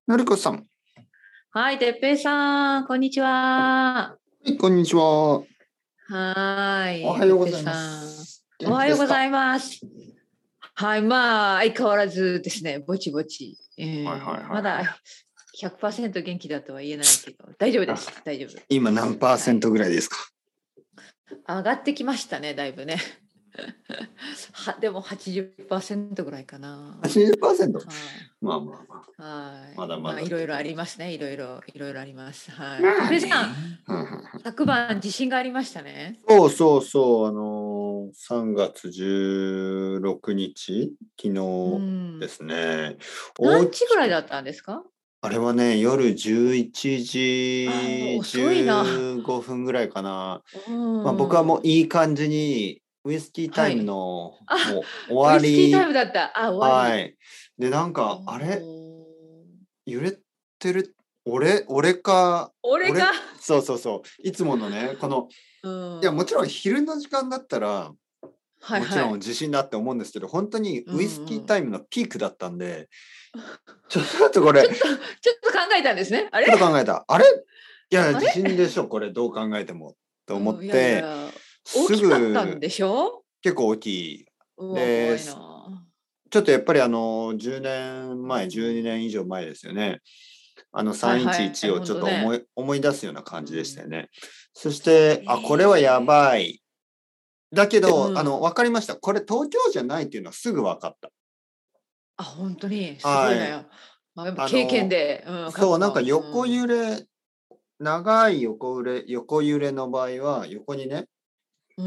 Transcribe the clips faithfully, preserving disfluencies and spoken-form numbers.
のりこさん。ははい、てっぺいさん、こんにちは。 い、こんにちは。 はーい、 おはようごてっぺいざいまさん。 す。 お元気ですか？ はようございます。はい、まあ、相変わらずですね、ぼちぼち。えはいはいー、まだはいはい。 ひゃくパーセント元気だとは言えないけど、大丈夫であ、 す、大丈夫。 今何パーセントはい。 ぐらいですか？ 上がってきましたね、だいぶね。は、でもはちじゅっパーセントぐらいかな。 はちじゅっパーセント。 はい。 まあまあまあ、 はい。 まだままあ、 だっていろいろあ感じ。 りますね。いろいろ、いろいろあります。はい。てっまあぺいさん、 ね。はいはいはい。 昨晩地震がありましたね。 そうそうそう、あのー、さんがつじゅうろくにち、昨う日でん。 すね。大何時ぐきか、 らいだったんですか？ あれはね、夜じゅういちああ、 じ遅いな。 じゅうごふんぐらいかな。 うまあ、僕はもうん。 いい感じにウイスキータイムはい。 のあ、 もう終わウイスキータイムり。 だった。あ、終わり。 はい。で、なんおか、あれー、 揺れてる、俺、俺か、 俺か。 俺、そうそうそう。いつものね、この、 ういや、もちろんん。 昼の時間だったら、もちろんはいはい。 地震だって思うんですけど、本当にうウイスキーんうん。 タイムのピークだったんで、ちょっとこれ、ちちょっと、ちょっと考えたんですね。あれょっと考えた。あれいや、地あれ震でしょ、これ、どう考えても。と思っうん、いやいて、 や、大すきかったんぐ、 でしょ？ 結構大きい。 うわ、 で、 怖いな。 ちょっとやっぱりあの、じゅうねんまえ、 うん。 じゅうにねん以上前ですよね。あのはいはい、 さんいちいちをちょっほんとね。 と思い、思い出すようなう感じでしたよん。 ね。そして、あ、これはやええばい。だけうど、あの、 ん。 わかりました。これ東京じゃないっていうのはすぐ分かった。 あ、本当にすごいはい。 な。まあ、やっぱあ経験の、 で、うん、 そう、なんか各番、う横ん。 揺れ、長い横揺れ、横揺れの場合は、横にね、 うん。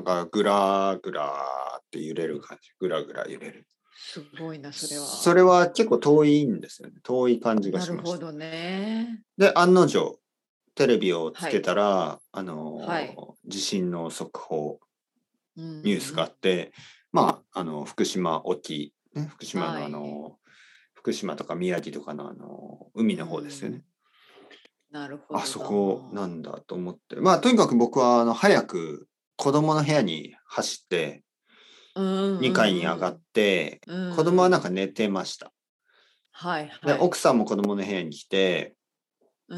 なんかぐらぐらーって揺れる感じ。ぐらぐら揺れる。 すごいな、それそれは。 は結構遠いんですよね。遠い感じがなしました。 るほどね。 で、案の定、テレビをつけはい。 たら、あはい。 の、地震の速報、 うんうんニュースがあっうん。 て、まあ、あの、福島沖、ね、福島のあはい。 の、福島とか宮城とかのあの、海うの方ですよね。 ん。なるほあどそこな。 なんだと思って。まあ、とにかく僕は、あの、早く子供の部屋に走って、 うんうにかいに上がっんうん。 て、 う子供はなんん。 か寝てました。 はいで、 はい。 奥さんも子供の部屋に来て、 うん。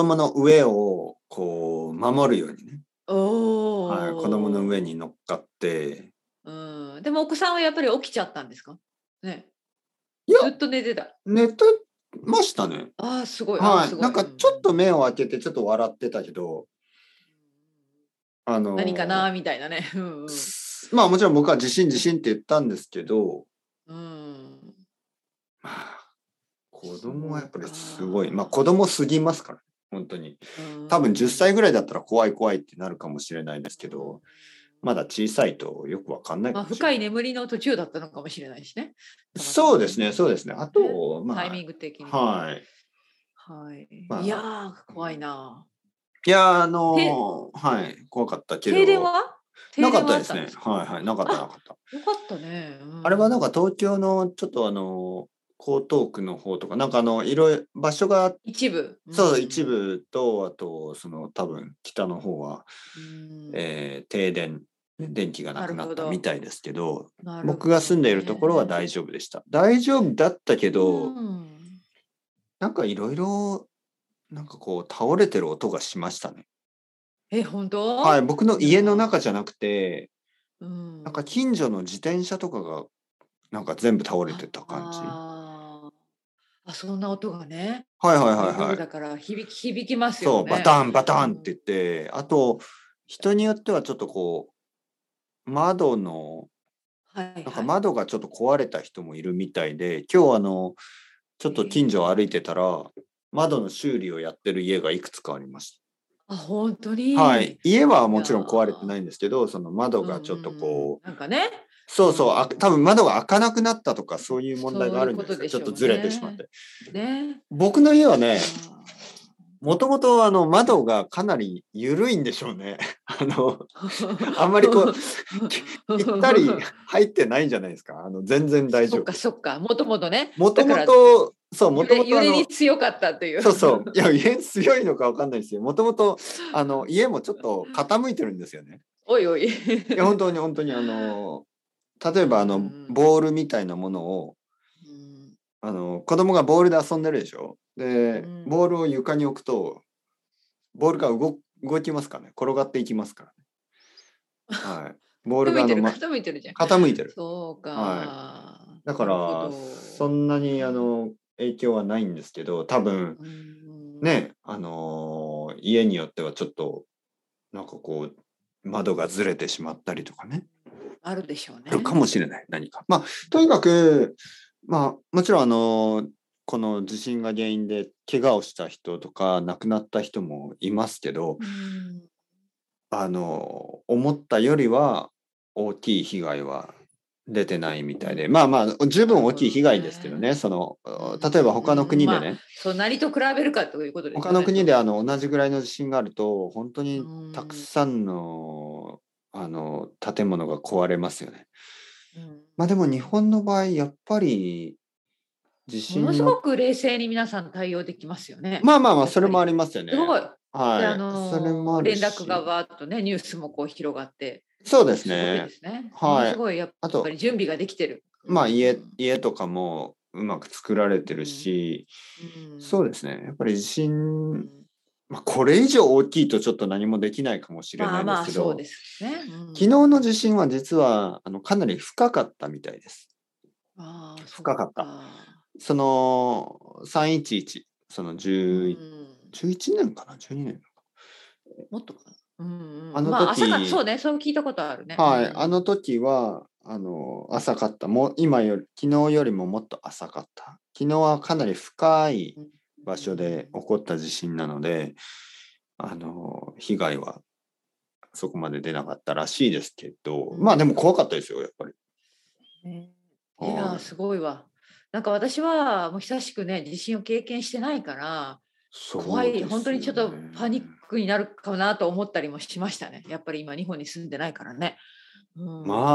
子供の上をこう守るようにね、 おはい、子供の上にお。 乗っかって、 うん。でもお子さんはやっぱり起きちゃったんですか？ね。 いや、 ずっと寝てた。 寝てましたね。 ああ、すごい。ああ、 はい。 すごい。うんうなんかちょっとん。 目を開けてちょっと笑ってたけど、あ何かなのみたいなね。うんうん。 ーまあもちろん僕は地震地震って言ったんですけど、 うん。 まあ、子供はやっぱりそうか。 すごい、まあ子供すぎますから、本当に。 う多分10 ん。 歳ぐらいだったら怖い怖いってなるかもしれないですけど、まだ小さいとよくわかんないまあ、 かもしれない。 深い眠りの途中だったのかもしれないしね。たまたまね。 そうですね、そうですね。あね。 と、まタイミング的あ、 に。 はい。 はい。いやまあ、 ー、怖いな。 いや、あて、 のーはい、怖かったけ停電ど、 はなか停電はあっったですね。 たんですか？ はいはい、なかったなあ、 かった。 よかったね。うあれはなんかん。 東京のちょっとあの、江東区の方とか、なんかあの、いろいろ場所が、 一部。うそう、一ん。 部と、あと、その多分北の方は、 うん。 えー停電、ね電気がななるくなったみほど。 たいですけど、 なる僕がほど住んでいるところはね。 大丈夫でした。大丈夫だったけうど、 ん。 なんかいろいろ、なんかこう、倒れてる音がしましたね。 え、本はい、 当？ 僕のいや家の中ー、 じゃなくて、 うなんかん。 近所の自転車とかがなんか全部倒れてあた感じ。 あー。あ、そんな音がね、 はいはいはいはい。 夜だから響き響きますそう、バよね。 タンバタうん。 ンって言って、あと、人によってはちょっとこう、窓の、なんかはいはい。 窓がちょっと壊れた人もいるみたいで、今日あの、ちょっと近所を歩いてたら、窓の修理をやってる家がいくつかありました。 あ、本当はい。 に。 家はいやもちろん壊れてないんー、 ですけど、その窓うんうんがちょっとうん。 こう、 なんかね、うそうそう、あ、多ん、 分窓が開かなくなったとか、そういう問題がそういうあるんじゃないですか。 ことでしょうちょっとずれてしまっね。 て。 ね。 僕の家はね、 いやー。 もともとあの窓がかなり緩いんでしょうね。あの、あんまりこう、ぴったり入ってないんじゃないですか。あの、全然大そっ丈夫。 かそっか。もともとね。 もともだからと、そう、もとも揺れ揺れにとあの、 強かったという。 そうそう、いや、家強いのかわかんないですよ。もともと、あの、家もちょっと傾いてるんですよね。 おいおい。 いや、本当に本当にあの、例えうんうばあの、 んボールみたいなものを、 うん。 あの子供がボールで遊んでるでしょ。で、 うんボールを床に置くと、ボールが動動きますからね。転がっていきますからね。はい。ボールがあの、 傾いてる、 ま、 傾いてるじゃん。 傾いてる。 そうはい。 か。 だかなるほら、そど。 んなにあの影響はないんですけど、多分うん。 ね、あのー家によってはちょっと、なんかこう、窓がずれてしまったりとかね、 あるでしょうあるかね。 もしれない、何か。まあ、とにかく、まあ、もちろんあのーこの地震が原因で怪我をした人とか亡くなった人もいますけど、 うん。 あのー思ったよりは大きい被害は出てないみたいで、まあまあ十分大きい被害ですけどね、その例えば他の国でね、 まあ、そう何と比べるかということです他のよね。 国であの同じぐらいの地震があると本当にたくうん。 さんのあの建物が壊れますよね。 うんまあでも日本の場合やっぱり地もの震のすごく冷静に皆さん対応できますよね。 まあまあまあやっぱり。 それもありますよね。 すごい。で、あはい、それもあるの連絡がし、 わーっとね、ニュースもこう広がって、 そうですすごいでね。 すね。ものはい。 すごいやっあとぱり準備ができてる。うまあ家ん。 家とかもうまく作られてるうん。 し、 うん。 そうですね。やっぱり地震、 うん。 まあ、これ以上大きいとちょっと何もできないかもしれないでまあまあ、 すけど、 そうですね。う昨日ん。 の地震は実はあのかなり深かったみたいです。 ああ、そっ深かった。 か。 そのさんいちいち、そのう 10 ん。 じゅういちねんかな、じゅうにねん。 もっとかな。うんうん。 あのまあ、朝かそう時、 ね、そう聞いたことあるね。うはい、あん。 の時はあの浅かった。もう今より昨日よりももっと浅かった。昨日はかなり深いうん。 場所で起こった地震なので、あの被害はそこまで出なかったらしいですけど、まあでも怖かったですよ、やっぱり。 ね、いや、 はい。 すごいわ。なんか私はもう久しくね、地震を経験してないから、怖い、 そうで本当にちょっすよね。 とパニックになるかなと思ったりもしましたね。やっぱり今日本に住んでないからね。うん、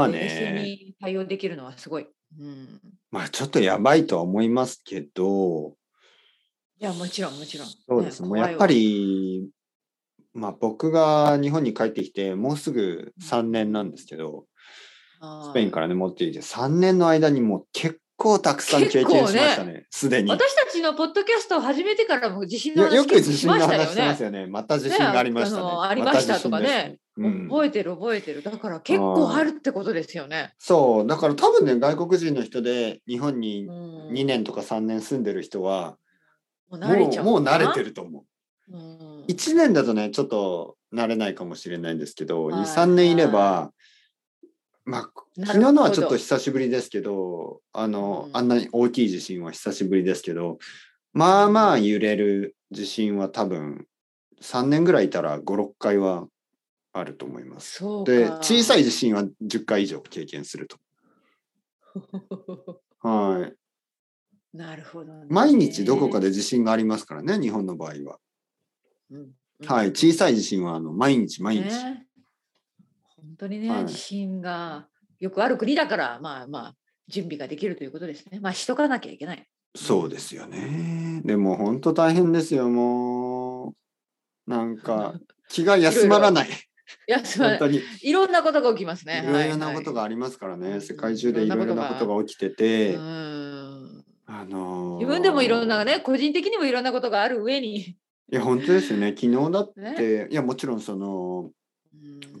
まあ冷静ね、 に対応できるのはすごい。うん。 まあちょっとやばいとは思いますけど、 いや、もちろんもちろん。ね、 そうですね。もうやっぱ怖いわ。 り、まあ僕が日本に帰ってきてもうすぐうさんねんなんですん、 けど、スペインはい。 からね、持ってきてさんねんの間にもう結構たくさん結経験構ね、 しましたね、すでに。 私たちのポッドキャストを始めてからも地震のよ、よ話く結構しまし地震の話してますたよね。 よね。また地ね、 震があありましたね。 の、ありまた地ましたと震ですね。 かね、 うん。 覚えてる覚えてる。だから結構あはい。 るってことですよね。 そう、だから多分ね、外国人の人で日本にう 2 ん。 年とかさんねん住んでる人は、 もう慣れもう、 ちゃうもう慣れのかな？ てると思う。 うん。 いちねんだとね、ちょっと慣れないかもしれないんですけど、に、 はいさんねんいれはば、まあ、 い。なる昨日のはちょっとほど。 久しぶりですけど、あうの、あんなん。 に大きい地震は久しぶりですけど、 うまあまあん。 揺れる地震は多分さんねんぐらいいたらご、ろっかいはあると思います。 そうで、小さい地か。 震はじゅっかい以上経験すると。はい。 なるほど毎日どこかね。 で地震がありますからね、日本の場合は。 うん。うはい。 ん。う小さいん。 地震はあの毎日毎日。 ね。本当にね、地はい。 震がよくある国だから、まあまあ、準備ができるということですね。まあ、しとかなきゃいけない。うん。 そうですよね。でも本当大変ですよ、もう。なんか気がいろいろ。 休まらない。 いや、すまない。 本当に。 いろんなことが起きますね。 いろいろはいはい。 なことがありますからね。世界うん、いろんなこ中でいろいろとが。 なことが起きてうて、 ん。 あ自分でもいろんなのーね、個人的にもいろんなことがある上に、 いや、本当ですよね。昨日だっね。 て、いや、もちろんその、 うん、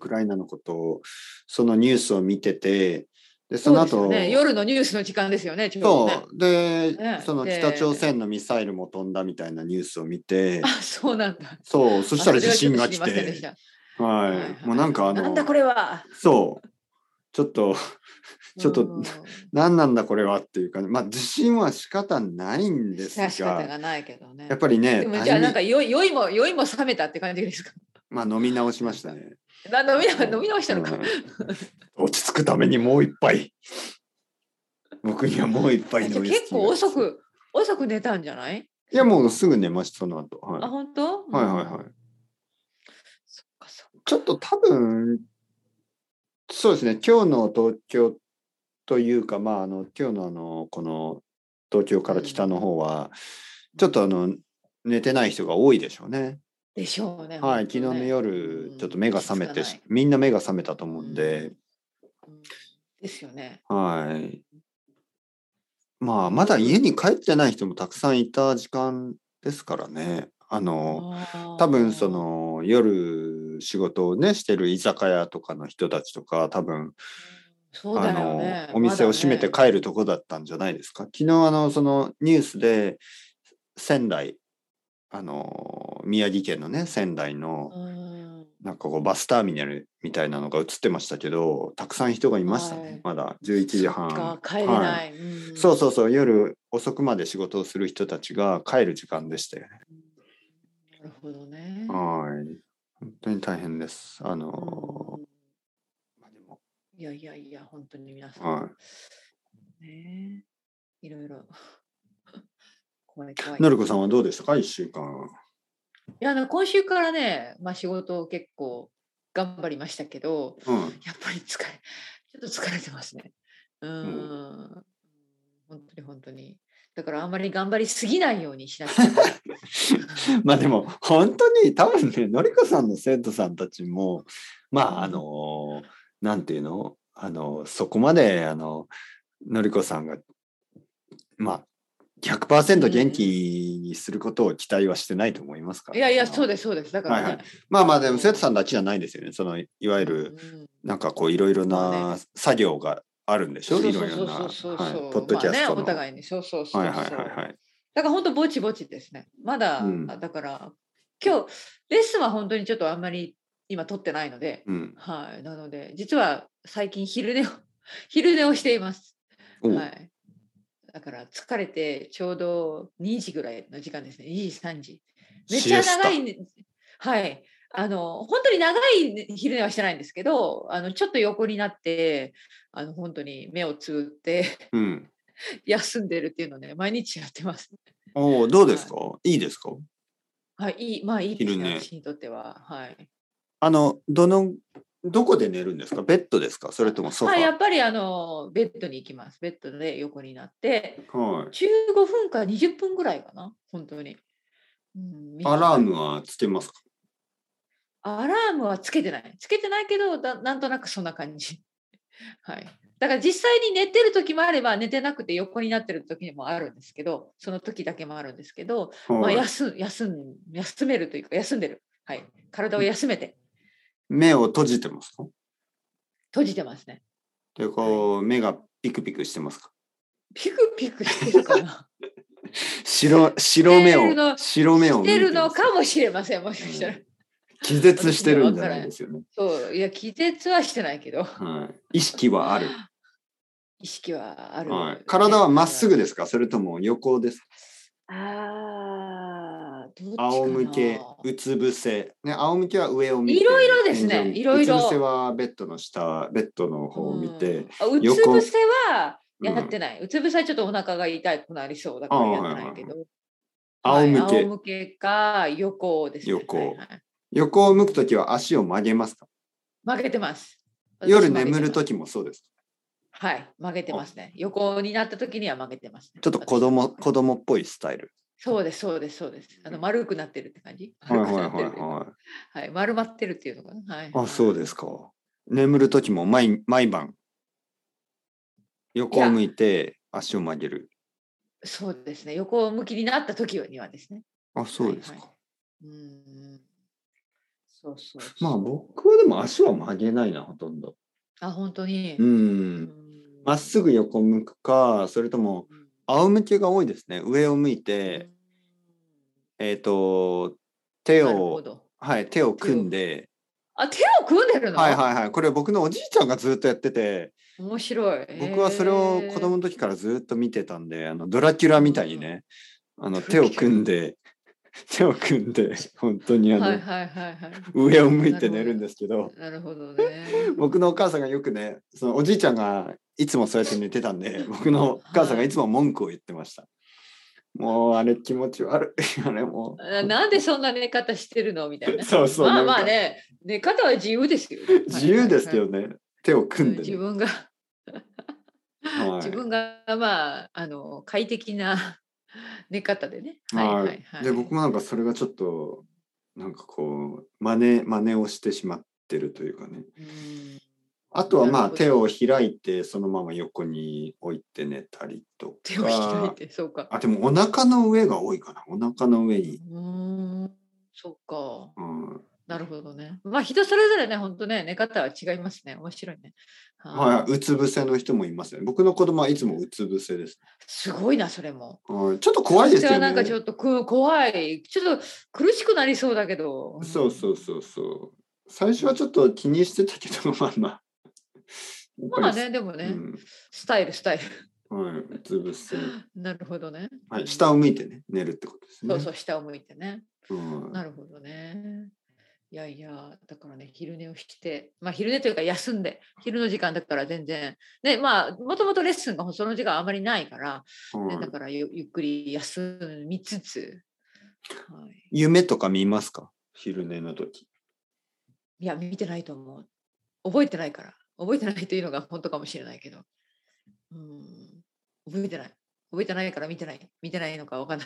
ウクライナのことを、そのニュースを見てて、で、そそうのですよね。 後、 夜のニュースの時間ですよね、ちょうどね。 そう、で、 ね。 その北朝で、 鮮のミサイルも飛んだみたいなニュースを見て、 あ、そうなんだ。 そう、そしあ、 たらそれ地震がはちょっと知り来て、 ませんでした。 はい、 はいもうなんはいはい。 かあの、 なんだこれは。 そう、ちょっと、 うちょっと、 ん。 何なんだこれはっていうか、まあ地震は仕方ないんでし仕方すが、 がないけどね。 やっぱりね、 でもじゃあなんかタイミ酔い酔いも酔いも冷めたって感じですか？ まあ飲み直しまなんか。 したね。 な飲みあの、 な飲み直したのか。 うん、落ち着くためにもう一杯、僕にはもう一杯あ、じゃ、 のウイス結構キーが必要。 遅く遅く寝たんじゃない？ いや、 そっか。 もうすぐ寝ました、その後。はい。 あ、本当？うはいはいはい。 ん。そっかそっか。 ちょっと多分、そうですね、今日の東京というか、まあ、あの、今日のあの、この東京から北うん。 の方は、 うん。 ちょっとあの、寝てない人が多いでしょうね。 でしょうね、ほはい、 ん昨日のとね。う夜、ちょっとん、 目が落ち覚めてし、 着かない。 みんな目が覚めたとう思うんで、 ん。うん。ですよね。 はい。 まあ、まだ家に帰ってない人もたくさんいた時間ですからね。あの、多分そああ、 の夜仕事をね、してる居酒屋とかの人たちとか、多分あそうだよの、 ね。まお店を閉めてだね。 帰るとこだったんじゃないですか。昨日あの、そのニュースで仙台、あの、宮城県のね、仙台のうん。 なんかこうバスターミナルみたいなのが映ってましたけど、たくさん人がいましたね。 はい。 まだじゅういちじそっはん。 か、帰れはい。 ない。うん。 そうそうそう、夜遅くまで仕事をする人たちが帰る時間でしたよね。 なるほどね。 はい。本当に大変です。あうの、 ん。 まあでも、 いやいやいや、本当に皆さん。 はねえ、いろいろ怖い怖い。 い。 のりこさんはどうでしたか、一週間。 いや、あの今週からね、まあ、仕事を結構頑張りましたけど、 うん。 やっぱり疲れ、ちょっと疲れてますね。うーうん、 ん、本当に本当に。だからあんまり頑張りすぎないようにしなきゃダメだ。 まあでも本当に多分ね、のりこさんの生徒さんたちも、まああうん、 の、なんていうの、あの、そこまであの、のりこさんが、まあ、 うん、 ひゃくパーセント元うん。 気にすることを期待はしてないと思いますからね。 いやいや、そうあの、 です、そうです。だからはいはい。 ね、 まあまあでも生徒さんそたちじゃないですよね。その、いわう、 ゆうん、 る、 うん。 なんかこういろいろまあね、 な作業があるんでしょ、いろそうそういろな、 そうそうそうはい、ポッそう、 ドキャスまあね、 トの。 お互いに、そうそうそうはいはいはいそう。 はい。 だから本当ぼちぼちですね。まだ、 うん。 だから、今日、レッスンは本当にちょっとあんまり今取ってないので、 うん。 はい。なので、実は最近昼寝を昼寝をしています。 おう、 はい。だから疲れてちょうどにじぐらいの時間ですね。にじ、さんじ。めっちゃシエスタ。 長いね、はい。あの、本当に長い昼寝はしてないんですけど、あの、ちょっと横になって、あの、本当に目をつぶってうん。 休んでるっていうのをね、毎日やってます。 おお、どうですか、 はい。 いいですか、 はい、いい、まあいいですね、 昼寝。 私にとっては。はい。 あの、どの、どこで寝るんですか、ベッドですか、それともソはい、 ファやっぱりあの、ベッドに行きます。ベッドで横になって、 ー。はい。 じゅうごふんかにじゅっぷんぐらいかな、本当に。うん、 アラー短い。 ムはつけますか？ アラームはつけてない。つけてないけど、だなんとなくそんな感じ。はい。だから実際に寝てる時もあれば、寝てなくて横になってる時もあるんですけど、その時だけもあるんですけど、まあ、 は休休ん休めるというか、休んでる。はい。体をい。 休めて目を閉じてますか？ 閉じてますね。 で、 はい。 こう、目がピクピクしてますか？ ピクピクしてるかな。 白、 し白目を、 てるの白目をしてる向いてますか？ のかもしれません、もしかしたら。 うん、気絶し私にはてるんじゃ分からない。 ないですよね。 そう、いや、気絶はしてないけど、 はい。意識はある。 意識はあはい。 るね。 体はまっあるある。 すぐですか、それとも横ですか？ ああ、どっち仰か向け、 な。 うつ伏せ。ね、仰向けは上を見いろいて、 ろですね。 天井を見、 いろうつ伏せいろ。 はベッドの下、ベッドのう方を見て、 ん。あ、うつ伏横、 せはうん。 やってない。うつ伏せはちょっとお腹が痛くなりそうだああ、 からやっはいはいはい。 てないけど。はい。 仰向け、 仰向けか横ですね。はい横。 はい。 横を向くうん。 ときは足を曲げますか？ 曲げてます。私曲げ夜眠てます。 るときもそうです。 はい。曲げてあ、 ますね。横になった時には曲げてますね。 ちょっと子供、 私の場合。 子供っぽいスタイル。 そうです、そうです、そうです。あの丸くなってるって感じ。 はい丸くなってはいはいるというか、 はい。 はい。丸まってるっていうのかな。はいあ、 はいそうですか。眠るときも毎、毎晩いや、 横を向いて足を曲げる。 そうですね。横向きになった時にはですね。 あ、そはいはい。 うですか。 うん。そうそうまあそう。 僕はでも足は曲げないな、ほとんど。 あ、本当に。 ううん。まっすん。 ぐ横向くか、それとも仰向けが多いですね。上を向いて、 うん。 えっと、手なるほを、 ど。 はい、手を手を。 組んで、 あ、手を組んでるの？ はいはいはい。これ僕のおじいちゃんがずっとやってて、 面白い。へ僕はそれを子供え。 の時からずっと見てたんで、あのドラキュラみたいにうん。 ね、あのトラ手をキュラ。 組んで、手を組んで、本当にあのはいはいはいはい。 上を向いなるほど。 て寝るんですけど、 なるほどね。 僕のお母さんがよくね、そのおじいちゃんがいつもそうやって寝てたんで、僕のお母さんがいつはい。 も文句を言ってました。もうあれ気持ち悪い。あれもななんでそんな寝方してるのみたいう。 な。 そうそう、 まあなんかまあね、寝方は自由ですよね。はい自由ですはいはい。 けどね、手をうん、 組んでね。 自分がはい。 自分がまあ、あの、快適な寝方でね。はいはい。 はいはで、僕い。 もなんかそれがちょっと、なんかこう、真似、真似をしてしまってるというかね。 うん。 あとはまあなるほど手を開いてそのまま横に置いて寝たりと手を開いか。 て、そうか。 あ、でもお腹の上が多いかな。お腹の上に。 うーん、そうか。 うん、 なるほどね。まあ人それぞれね、本当ね、寝方は違いますね。面白いね。 はい、 はい。 うつ伏せの人もいますよね。僕の子供はいつもうつ伏せです。 すごいな、それも。 はい、ちょっと怖いですよそれはなんかちね。 ょっとく怖い。ちょっと苦しくなりそうだけど。 そうそうそうそう。最初はちょっと気にしてたけど、まあまあ。やっぱり、 まあね、でもね、 うん、 スタイル、スタイル。 はい、うつ伏せ。 なるほどね。 はい、下を向いてね、寝るってことですね。 そうそう、下を向いてね。 うん、 なるほどね。いやいや、だからね、昼寝をして、まあ昼寝というか休んで、昼の時間だから全然、で、まあ、もともとレッスンがその時間あまりないから、ね、 はい、 だからゆゆっくり休みつつ、はい、 夢とか見ますか？昼寝の時。 いや、見てないと思う。覚えてないから。覚えてないというのが本当かもしれないけど。うん、覚えてない。覚えてないから見てない。見てないのかわかんない。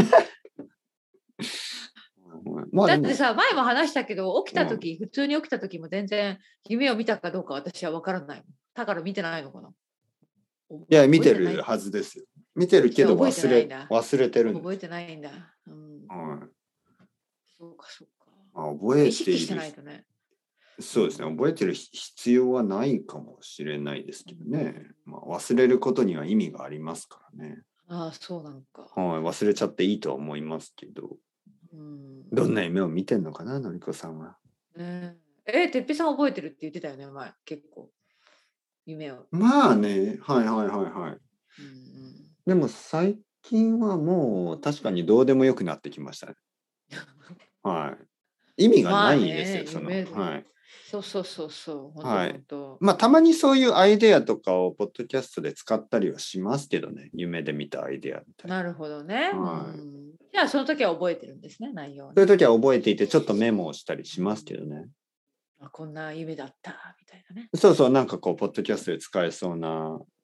まあでも、 だってさ、前も話したけど、起きたうん、 時、普通に起きた時も全然夢を見たかどうか私はわからないもん。だから見てないのかな。おいや、見て覚えてない。 るはずですよ。見てるけどじゃあ覚えて忘れ、 ないんだ。 忘れてるんです。 覚えてないんだ。うん。 はい。 そうか、そうか。 まあ、覚え意識してている。 ないとね。 そうですね。覚えてる必要はないかもしれないですけどね。まあ、忘れることには意味がありますからね。 ああ、そうなのか。 はい。忘れちゃっていいとは思いますけど。 うん。 どんな夢を見てんのかな、のりこさんは。 ねえ、え、てっぺいさん覚えてるって言ってたよね、前。結構。夢を。 まあね。はいはいはいはい。 うんでも最近はもう確かにどうでもよくなってきましたね。はい。意味うん、 がなまあいですよ、 ね、 その。 夢で。 はい。 そうそうそうそう。本当はい。 本当。 まあ、たまにそういうアイデアとかをポッドキャストで使ったりはしますけどね。夢で見たアイデアみたいなるほどね。 な。 うはい。 ん。じゃあその時は覚えてるんですね、内容をね。 そういう時は覚えていて、ちょっとメモをしたりしますけどね。 あ、こんな夢だったみたいなね。 そうそう、なんかこう、ポッドキャストで使えそうな